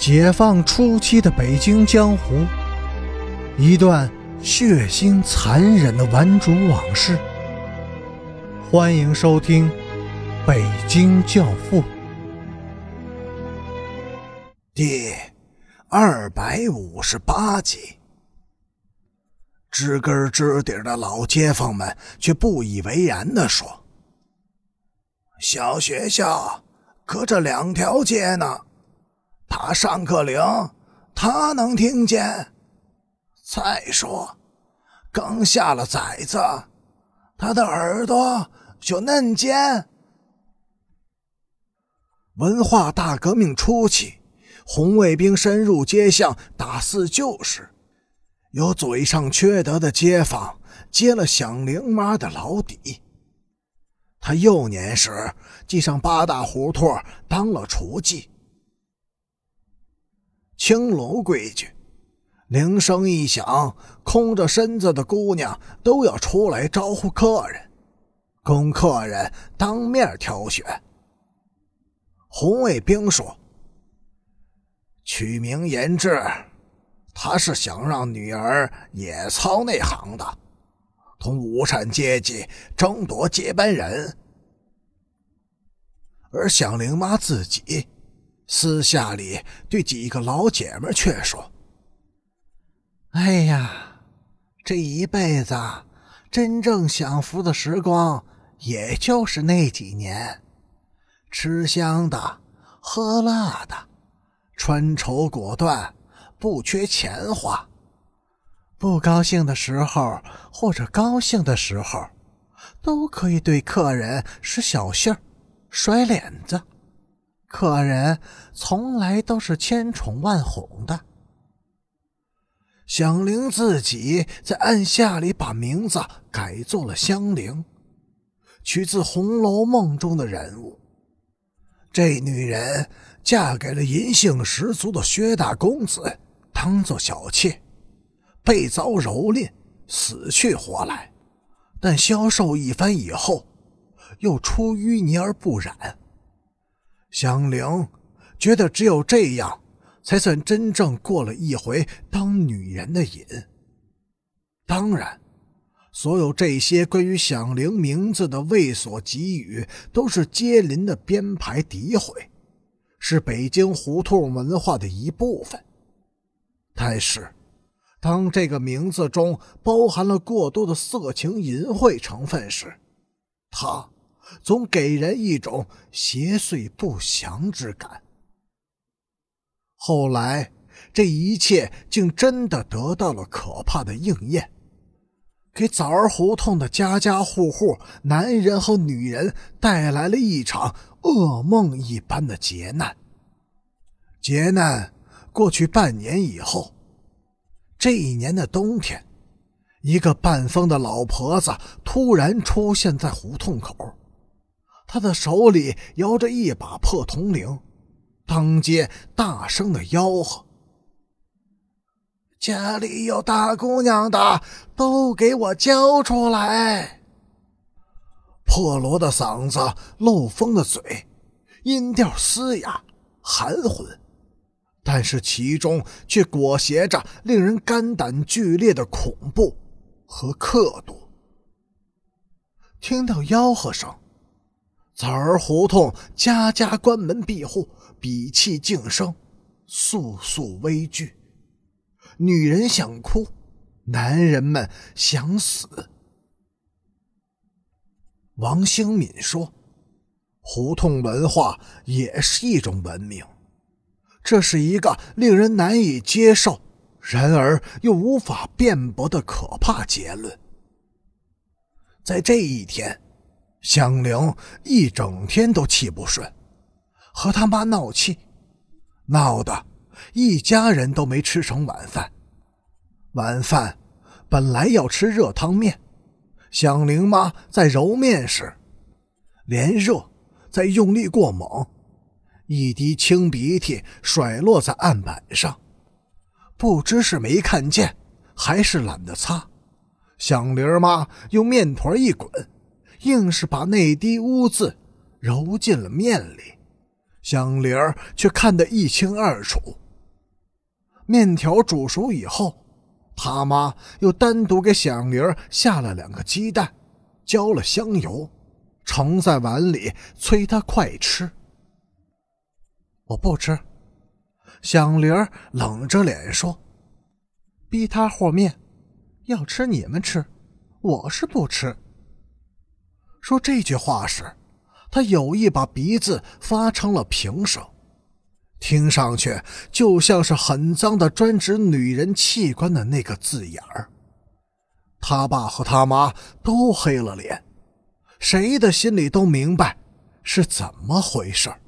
解放初期的北京江湖，一段血腥残忍的顽主往事。欢迎收听《北京教父》 第258集。知根知底的老街坊们却不以为然地说：“小学校隔着2条街呢，他上课铃，他能听见。再说，刚下了崽子，他的耳朵就嫩尖。”文化大革命初期，红卫兵深入街巷打四旧时，有嘴上缺德的街坊接了响铃妈的老底。他幼年时既上八大胡同当了厨妓。青楼规矩，铃声一响，空着身子的姑娘都要出来招呼客人，供客人当面挑选。红卫兵说：“取名言志，他是想让女儿也操那行的，同无产阶级争夺接班人。”而响铃妈自己私下里对几个老姐们却说：“哎呀，这一辈子真正享福的时光也就是那几年，吃香的喝辣的，穿绸果缎，不缺钱花。不高兴的时候或者高兴的时候，都可以对客人使小性甩脸子，客人从来都是千宠万哄的。”响铃自己在暗下里把名字改做了香菱，取自《红楼梦》中的人物。这女人嫁给了淫性十足的薛大公子，当作小妾，被遭蹂躏，死去活来，但消受一番以后，又出淤泥而不染。香菱觉得只有这样，才算真正过了一回当女人的瘾。当然，所有这些关于响铃名字的猥琐给予，都是街邻的编排诋毁，是北京胡同文化的一部分。但是，当这个名字中包含了过多的色情淫秽成分时，它总给人一种邪祟不祥之感。后来，这一切竟真的得到了可怕的应验，给枣儿胡同的家家户户男人和女人带来了一场噩梦一般的劫难。劫难过去半年以后，这一年的冬天，一个半疯的老婆子突然出现在胡同口，她的手里摇着一把破铜铃，当街大声地吆喝：“家里有大姑娘的都给我交出来！”破锣的嗓子，漏风的嘴，音调嘶哑含混，但是其中却裹挟着令人肝胆俱裂的恐怖和刻度。听到吆喝声，枣儿胡同家家关门闭户，屏气静声，肃肃危惧。女人想哭，男人们想死。王兴敏说，胡同文化也是一种文明，这是一个令人难以接受，然而又无法辩驳的可怕结论。在这一天，响铃一整天都气不顺，和他妈闹气，闹得一家人都没吃成晚饭。晚饭本来要吃热汤面，响铃妈在揉面时，连热再用力过猛，一滴清鼻涕甩落在案板上，不知是没看见还是懒得擦。响铃妈用面团一滚，硬是把那滴污渍揉进了面里，响铃却看得一清二楚， 面条煮熟以后，他妈又单独给响铃下了2个鸡蛋，浇了香油，盛在碗里，催他快吃。我不吃。响铃冷着脸说，逼他和面，要吃你们吃，我是不吃。说这句话时，他有意把鼻子发成了平声，听上去就像是很脏的专指女人器官的那个字眼儿。他爸和他妈都黑了脸，谁的心里都明白是怎么回事。